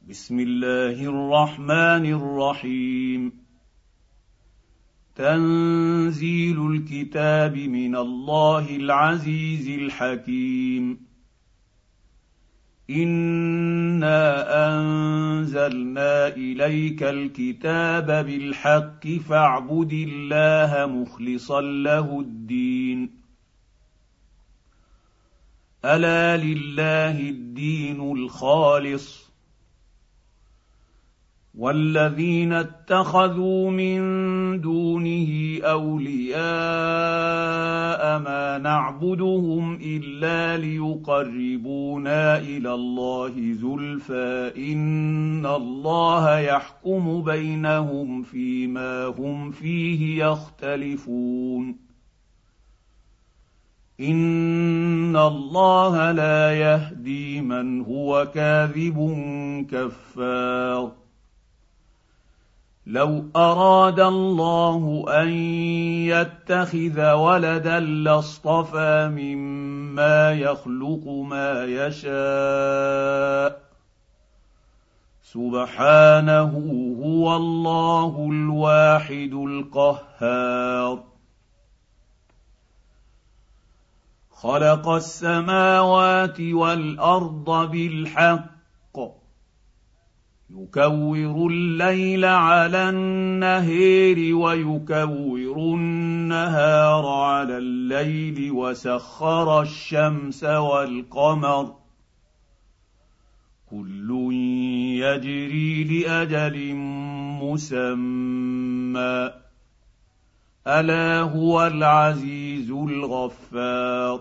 بسم الله الرحمن الرحيم. تنزيل الكتاب من الله العزيز الحكيم. إنا أنزلنا إليك الكتاب بالحق فاعبد الله مخلصا له الدين. ألا لله الدين الخالص، والذين اتخذوا من دونه أولياء ما نعبدهم إلا ليقربونا إلى الله زلفى إن الله يحكم بينهم فيما هم فيه يختلفون. إن الله لا يهدي من هو كاذب كفار. لو أراد الله أن يتخذ ولدا لاصطفى مما يخلق ما يشاء، سبحانه هو الله الواحد القهار. خلق السماوات والأرض بالحق، يكور الليل على النهار ويكور النهار على الليل، وسخر الشمس والقمر كل يجري لأجل مسمى، ألا هو العزيز الغفار.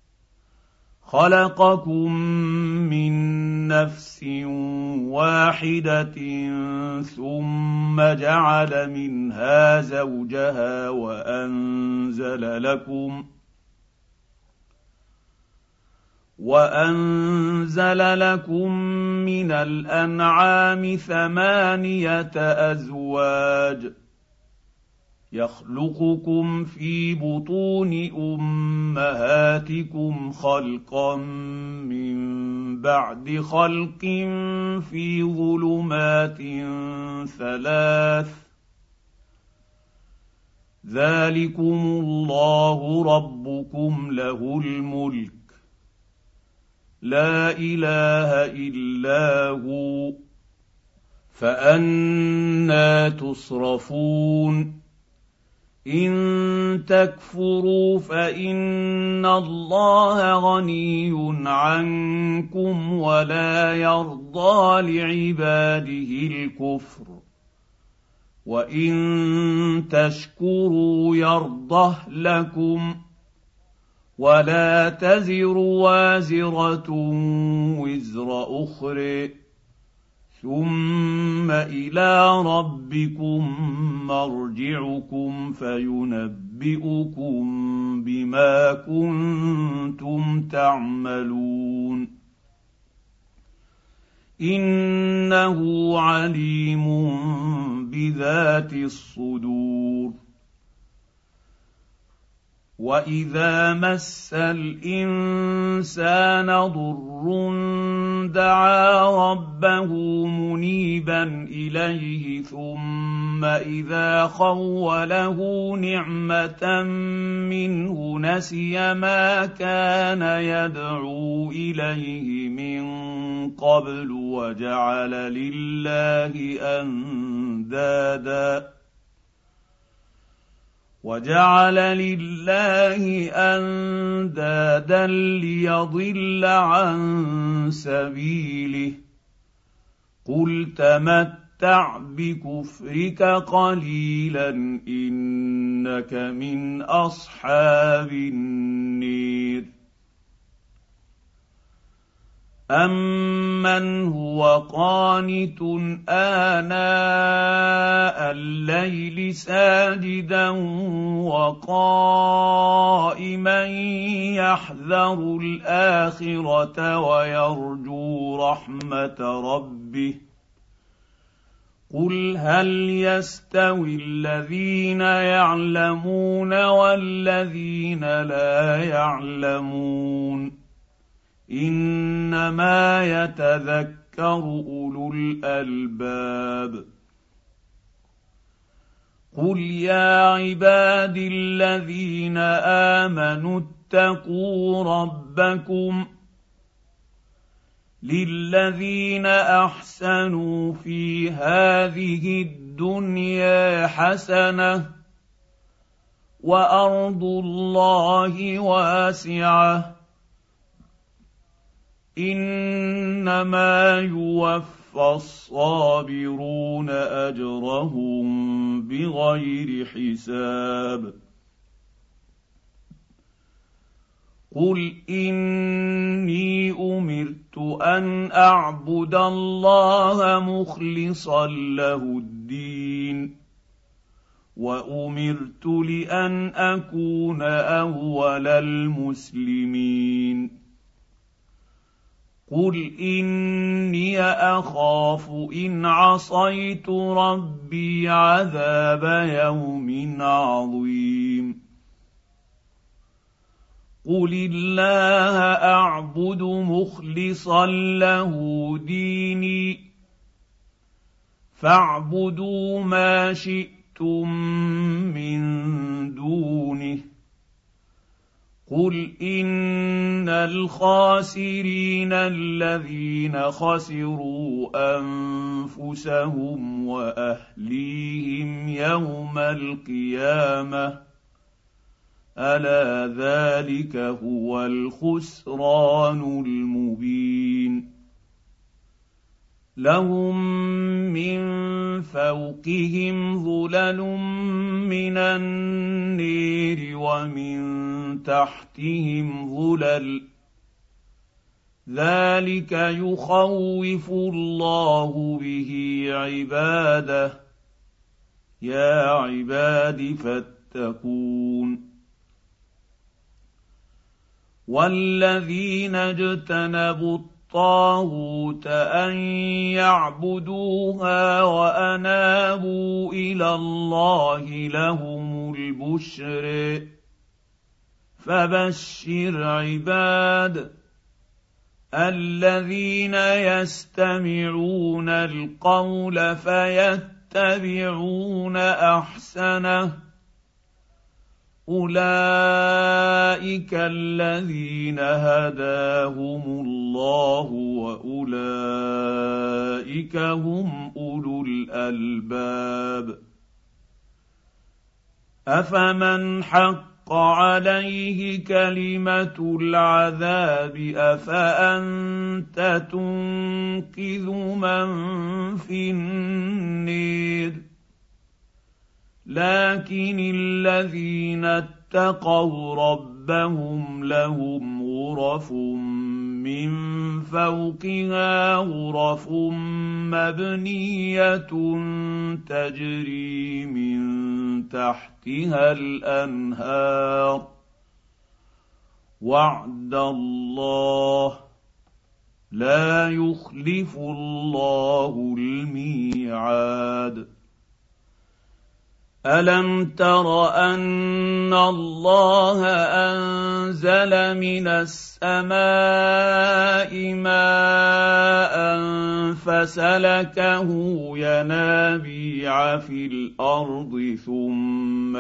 خلقكم من نفس واحدة ثم جعل منها زوجها وأنزل لكم من الأنعام 8 أزواج، يخلقكم في بطون أمهاتكم خلقا من بعد خلق في ظلمات 3، ذلكم الله ربكم له الملك، لا إله إلا هو، فأنى تصرفون؟ إن تكفروا فإن الله غني عنكم ولا يرضى لعباده الكفر، وإن تشكروا يرضه لكم، ولا تزر وازرة وزر أخرى، ثم إلى ربكم مرجعكم فينبئكم بما كنتم تعملون. إنه عليم بذات الصدور. وإذا مس الإنسان ضر دعا ربه منيبا إليه، ثم إذا خوله نعمة منه نسي ما كان يدعو إليه من قبل وجعل لله أندادا ليضل عن سبيله. قل تمتع بكفرك قليلا إنك من أصحاب النير. أمن هو قانت آناء الليل ساجدا وقائما يحذر الآخرة ويرجو رحمة ربه، قل هل يستوي الذين يعلمون والذين لا يعلمون؟ إنما يتذكر يتذكر اولو الالباب. قل يا عبادي الذين امنوا اتقوا ربكم للذين احسنوا في هذه الدنيا حسنه وارض الله واسعه انما يوفى الصابرون اجرهم بغير حساب. قل اني امرت ان اعبد الله مخلصا له الدين وامرت لان اكون اول المسلمين. قل اني اخاف ان عصيت ربي عذاب يوم عظيم. قل الله اعبد مخلصا له ديني فاعبدوا ما شئتم من دونه. قل ان الخاسرين الذين خسروا انفسهم واهليهم يوم القيامه الا ذلك هو الخسران المبين. لهم من فوقهم ظلل من النير ومن تحتهم ظلل ذلك يخوف الله به عباده يا عباد فاتقون. والذين اجتنبوا الطاغوت ان يعبدوها وانابوا الى الله لهم البشر فبشر عباد الذين يستمعون القول فيتبعون احسنه اولئك الذين هداهم الله واولئك هم اولو الالباب. افمن حق عليه كلمه العذاب افانت تنقذ من في النير لكن الذين اتقوا ربهم لهم غرف من فوقها غرف مبنيه تجري من تحتها الانهار وعد الله لا يخلف الله الميعاد. الم تر ان الله انزل من السماء ماء فسلكه ينابيع في الارض ثم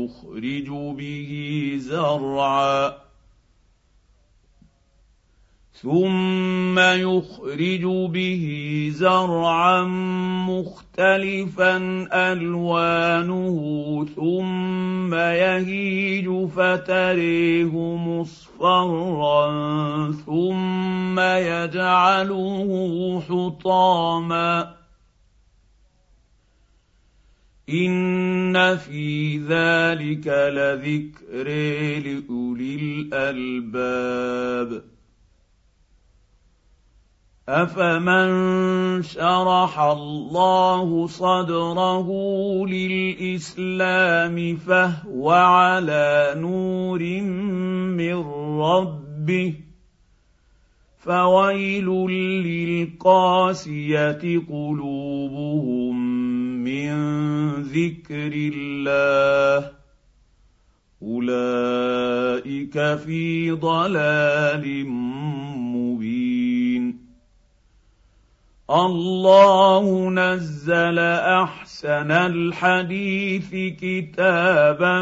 يخرج به زرعا مختلفا الوانه ثم يهيج فتريه مصفرا ثم يجعله حطاما ان في ذلك لذكر لاولي الالباب. افمن شرح الله صدره للاسلام فهو على نور من ربه فويل للقاسيه قلوبهم من ذكر الله اولئك في ضلال مبين. الله نزل احسن الحديث كتابا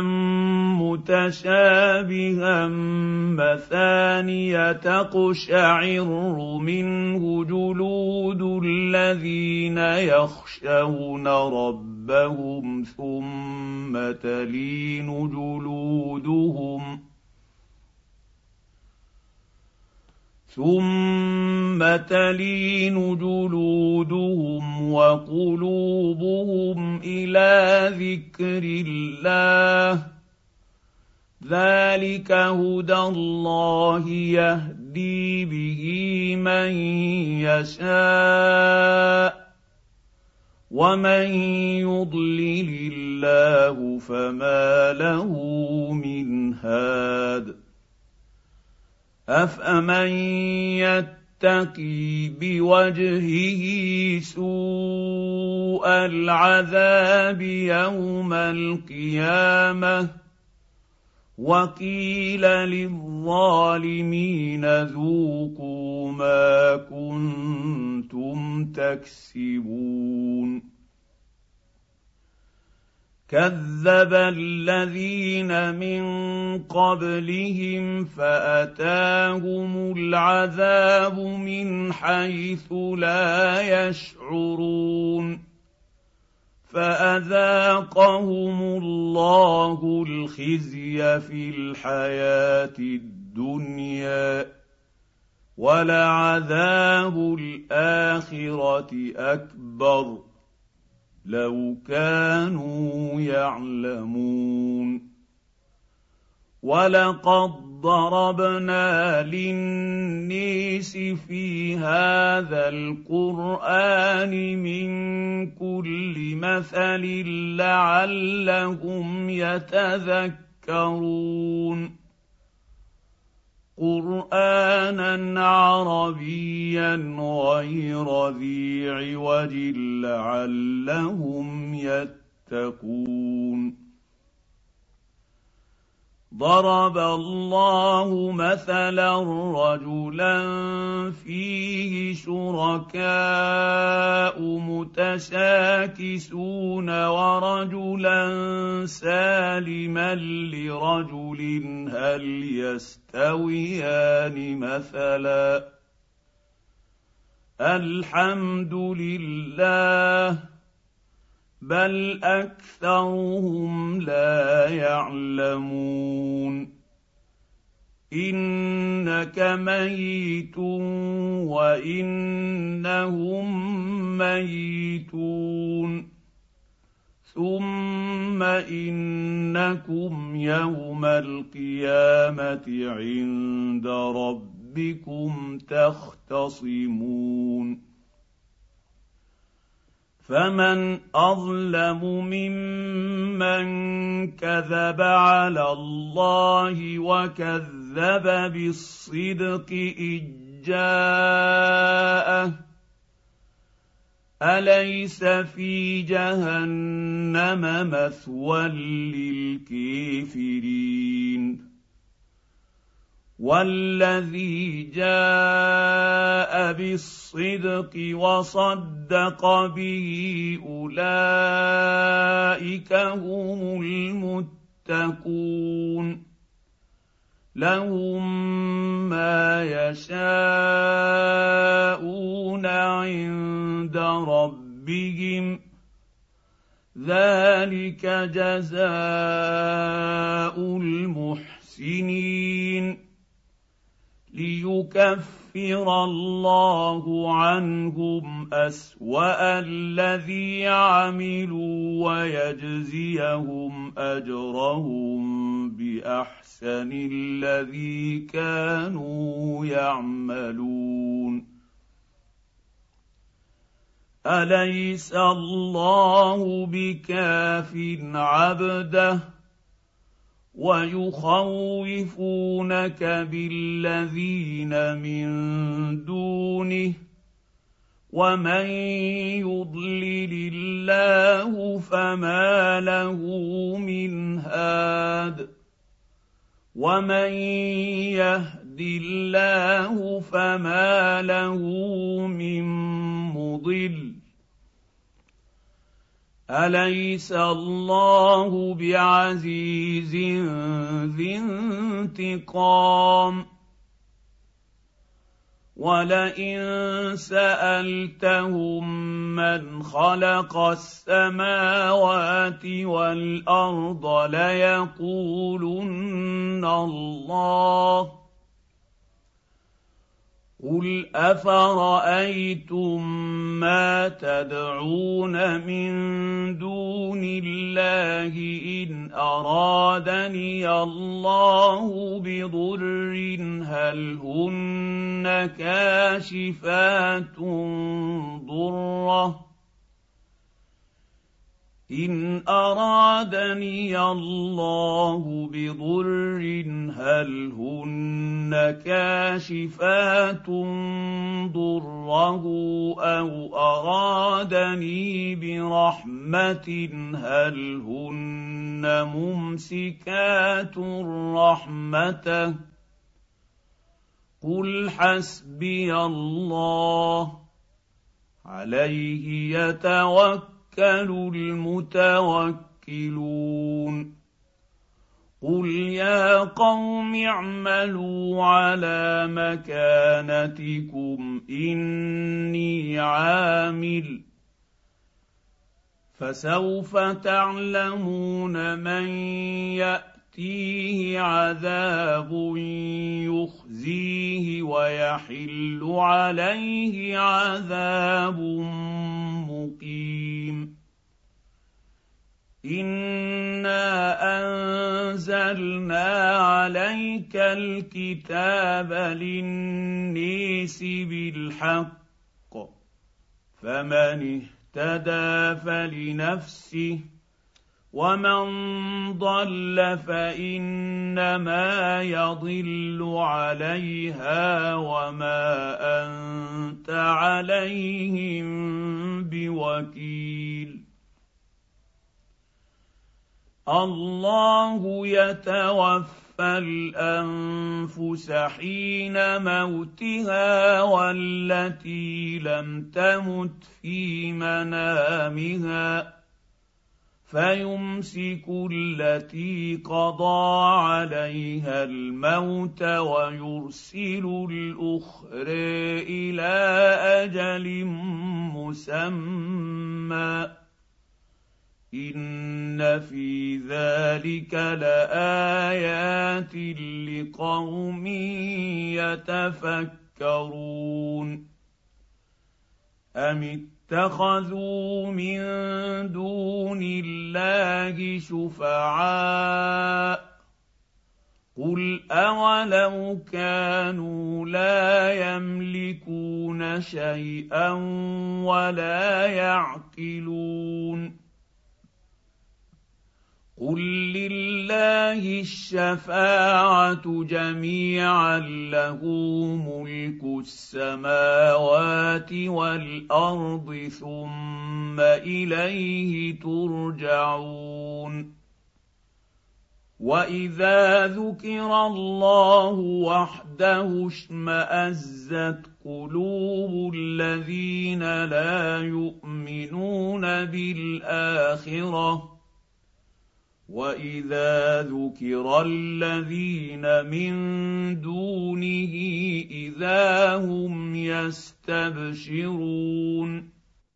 متشابها مثانية تقشعر منه جلود الذين يخشون ربهم ثم تلين جلودهم وقلوبهم إلى ذكر الله ذلك هدى الله يهدي به من يشاء ومن يضلل الله فما له من هاد أفمن يتقي بوجهه سوء العذاب يوم القيامة وقيل للظالمين ذوقوا ما كنتم تكسبون كذب الذين من قبلهم فأتاهم العذاب من حيث لا يشعرون فأذاقهم الله الخزي في الحياة الدنيا ولعذاب الآخرة أكبر لو كانوا يعلمون ولقد ضربنا للناس في هذا القرآن من كل مثل لعلهم يتذكرون قرآنا عربيا غير ذي عوج لعلهم يتقون ضرب الله مثلا رجلا فيه شركاء متشاكسون ورجلا سالما لرجل هل يستويان مثلا الحمد لله بل أكثرهم لا يعلمون إنك ميت وإنهم ميتون ثم إنكم يوم القيامة عند ربكم تختصمون فمن أظلم ممن كذب على الله وكذب بالصدق إذ جاءه أليس في جهنم مثوى للكافرين والذي جاء بالصدق وصدق به أولئك هم المتقون لهم ما يشاءون عند ربهم ذلك جزاء المحسنين ليكفر الله عنهم أسوأ الذي عملوا ويجزيهم أجرهم بأحسن الذي كانوا يعملون أليس الله بكاف عبده ويخوفونك بالذين من دونه ومن يضلل الله فما له من هاد ومن يهد الله فما له من مضل يضل اليس الله بعزيز ذي انتقام ولئن سالتهم من خلق السماوات والارض ليقولن الله قل افرايتم ما تدعون من دون الله ان ارادني الله بضر هل هن كاشفات ضره إن أرادني الله بضر هل هن كاشفات ضره أو أرادني برحمة هل هن ممسكات رحمته قل حسبي الله عليه يتوكل المتوكلون قل يا قوم اعملوا على مكانتكم إني عامل فسوف تعلمون من يأتيه عذاب يخزيه ويحل عليه عذاب مقيم إنا أنزلنا عليك الكتاب للناس بالحق فمن اهتدى فلنفسه ومن ضل فإنما يضل عليها وما أنت عليهم بوكيل الله يتوفى الأنفس حين موتها والتي لم تمت في منامها فيمسك التي قضى عليها الموت ويرسل الأخرى إلى أجل مسمى إن في ذلك لآيات لقوم يتفكرون أم اتخذوا من دون الله شفعاء قل أولو كانوا لا يملكون شيئا ولا يعقلون قل لله الشفاعة جميعا له ملك السماوات والأرض ثم إليه ترجعون وإذا ذكر الله وحده اشمأزت قلوب الذين لا يؤمنون بالآخرة وإذا ذكر الذين من دونه إذا هم يستبشرون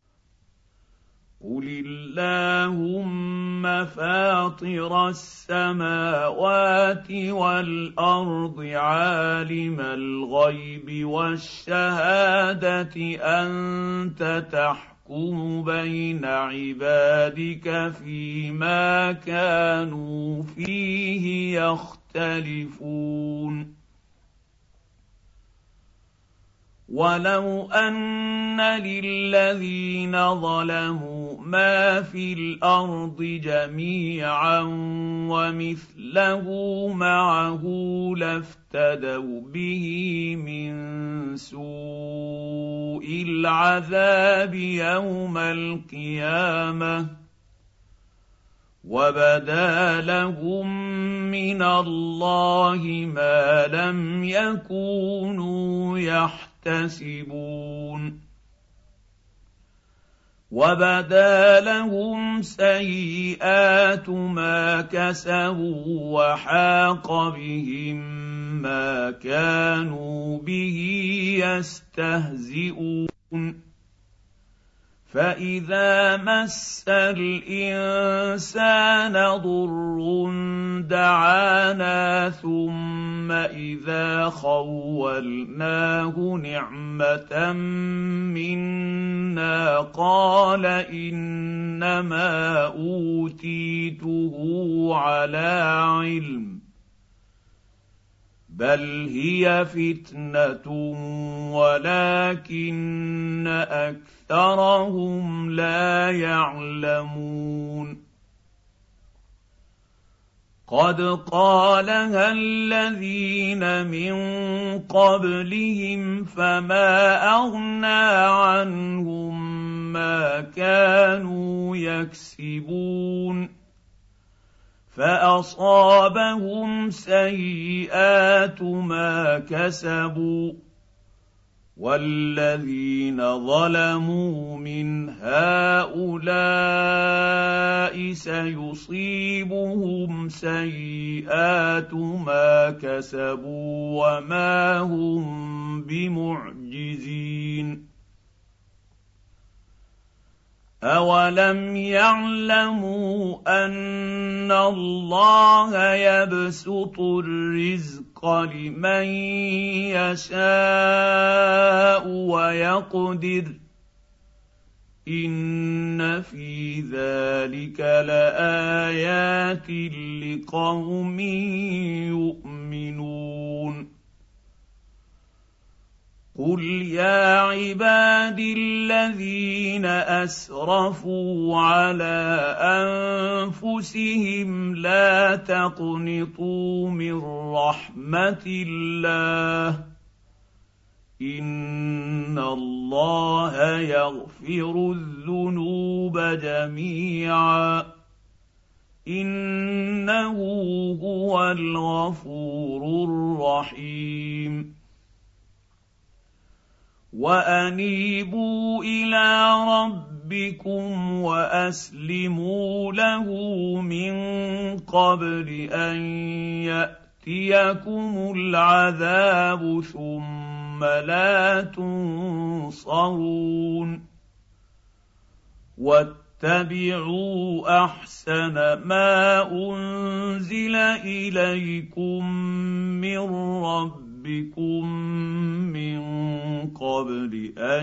قل اللهم فاطر السماوات والأرض عالم الغيب والشهادة أنت تحكم بين عبادك فيما كانوا فيه يختلفون ولو أن للذين ظلموا ما في الأرض جميعا ومثله معه لافتدوا به من سوء العذاب يوم القيامة وبدا لهم من الله ما لم يكونوا يحتسبون وبدا لهم سيئات ما كسبوا وحاق بهم ما كانوا به يستهزئون فاذا مس الانسان ضر دعانا ثم اذا خولناه نعمه منا قال انما اوتيته على علم بل هي فتنه ولكن اكثرهم لا يعلمون قد قالها الذين من قبلهم فما اغنى عنهم ما كانوا يكسبون فاصابهم سيئات ما كسبوا والذين ظلموا من هؤلاء سيصيبهم سيئات ما كسبوا وما هم بمعجزين أولم يعلموا أن الله يبسط الرزق لمن يشاء ويقدر إن في ذلك لآيات لقوم يؤمنون قل يا عبادي الذين اسرفوا على انفسهم لا تقنطوا من رحمه الله ان الله يغفر الذنوب جميعا انه هو الغفور الرحيم وانيبوا الى ربكم واسلموا له من قبل ان ياتيكم العذاب ثم لا تنصرون واتبعوا احسن ما انزل اليكم من ربكم من قبل ان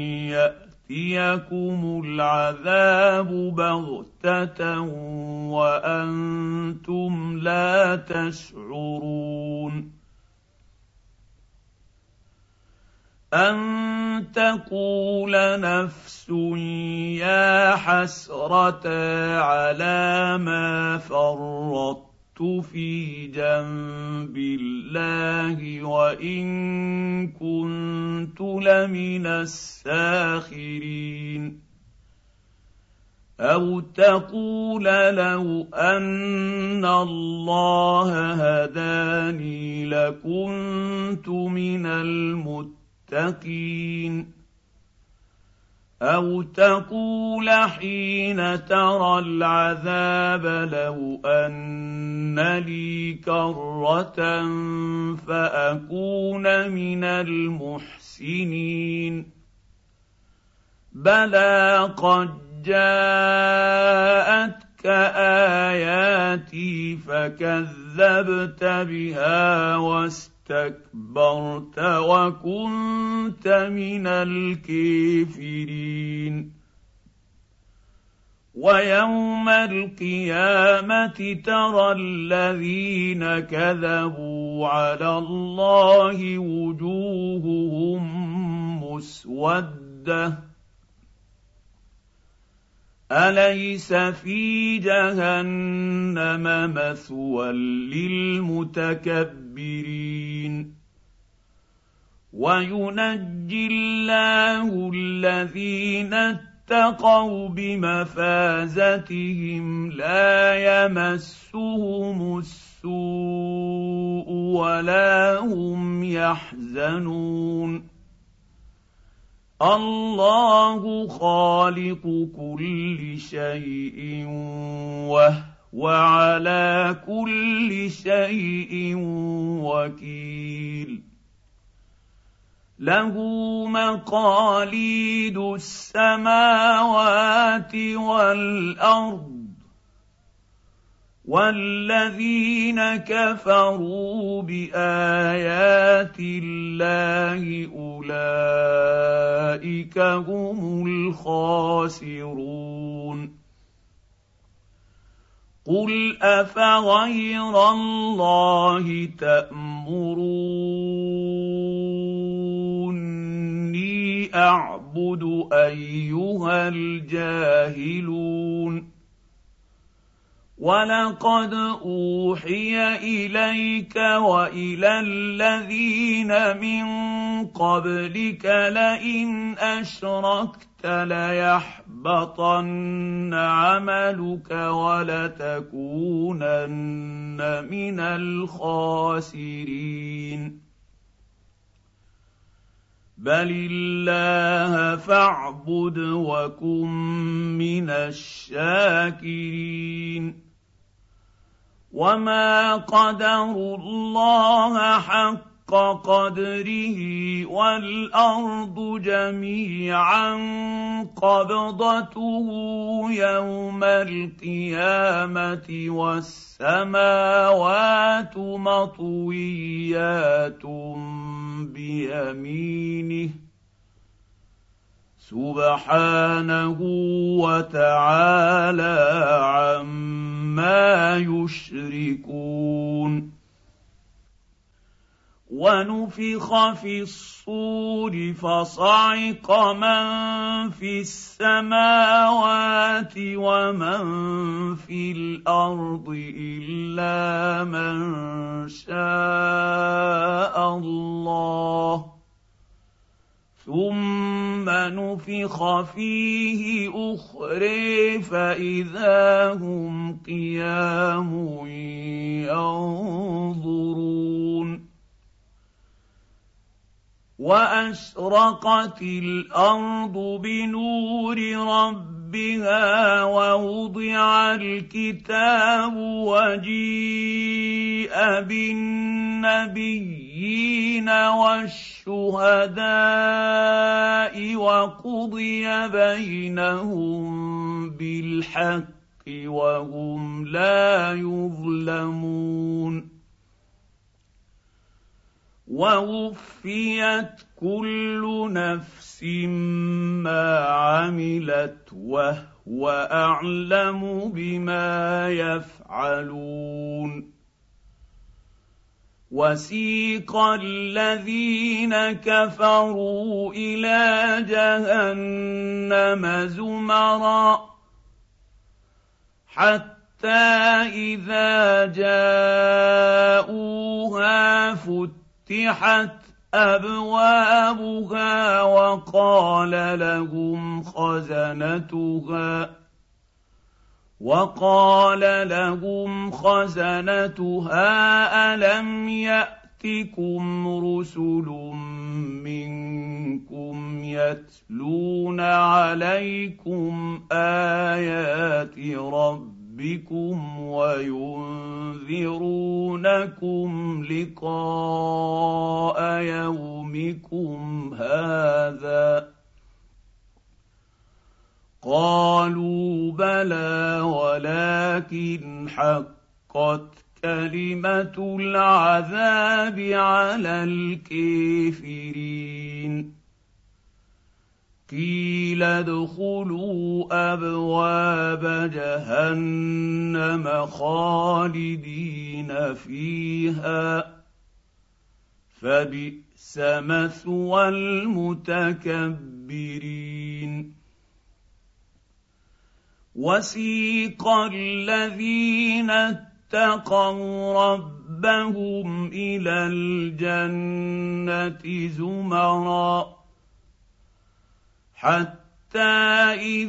ياتيكم العذاب بغته وانتم لا تشعرون ان تقول نفس يا حسرة على ما فرطت في جنب الله وإن كنت لمن الساخرين أو تقول لو أن الله هداني لكنت من المتقين أو تقول حين ترى العذاب لو أن لي كرة فأكون من المحسنين بلى قد جاءتك آياتي فكذبت بها واستكبرت وكنت من الكافرين ويوم القيامة ترى الذين كذبوا على الله وجوههم مسودة أليس في جهنم مثوى للمتكبرين وينجي الله الذين اتقوا بمفازتهم لا يمسهم السوء ولا هم يحزنون الله خالق كل شيء وهو على كل شيء وكيل له مقاليد السماوات والارض والذين كفروا بايات الله اولئك هم الخاسرون قل افغير الله تأمروني اعبد ايها الجاهلون ولقد اوحي اليك والى الذين من قبلك لئن اشركت ليحبطن عملك ولتكونن من الخاسرين بل الله فاعبد وكن من الشاكرين وما قدروا الله حق قدره والارض جميعا قبضته يوم القيامه والسماوات مطويات بيمينه سبحانه وتعالى عما يشركون ونفخ في الصور فصعق من في السماوات ومن في الارض الا من شاء الله ثم نفخ فيه اخرى فاذا هم قيام ينظرون واشرقت الارض بنور ربها ووضع الكتاب وجيء بالنبيين والشهداء وقضي بينهم بالحق وهم لا يظلمون ووفيت كل نفس ما عملت وهو اعلم بما يفعلون وسيق الذين كفروا الى جهنم زمرا حتى اذا جاءوها فتحت أبوابها وقال لهم خزنتها ألم يأتكم رسل منكم يتلون عليكم آيات ربكم وينذرونكم لقاء يومكم هذا قالوا بلى ولكن حقت كلمة العذاب على الكافرين قيل ادخلوا أبواب جهنم خالدين فيها فبئس مثوى المتكبرين وسيق الذين اتقوا ربهم إلى الجنة زمرا حتى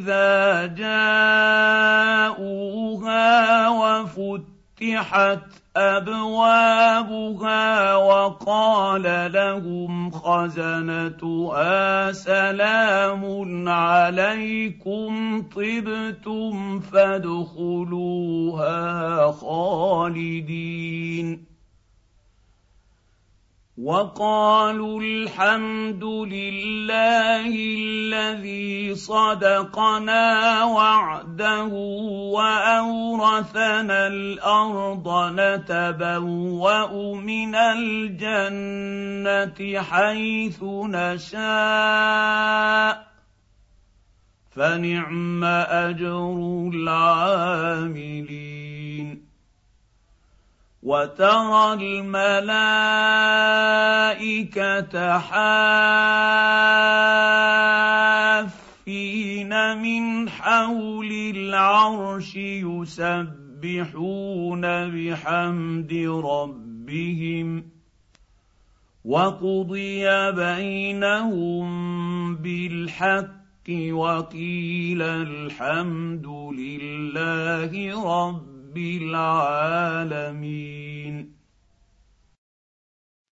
إذا جاءوها وفتحت ابوابها وقال لهم خزنتها سلام عليكم طبتم فادخلوها خالدين وقالوا الحمد لله الذي صدقنا وعده واورثنا الارض نتبوأ من الجنه حيث نشاء فنعم اجر العاملين وترى الملائكه حافين من حول العرش يسبحون بحمد ربهم وقضي بينهم بالحق وقيل الحمد لله رب العالمين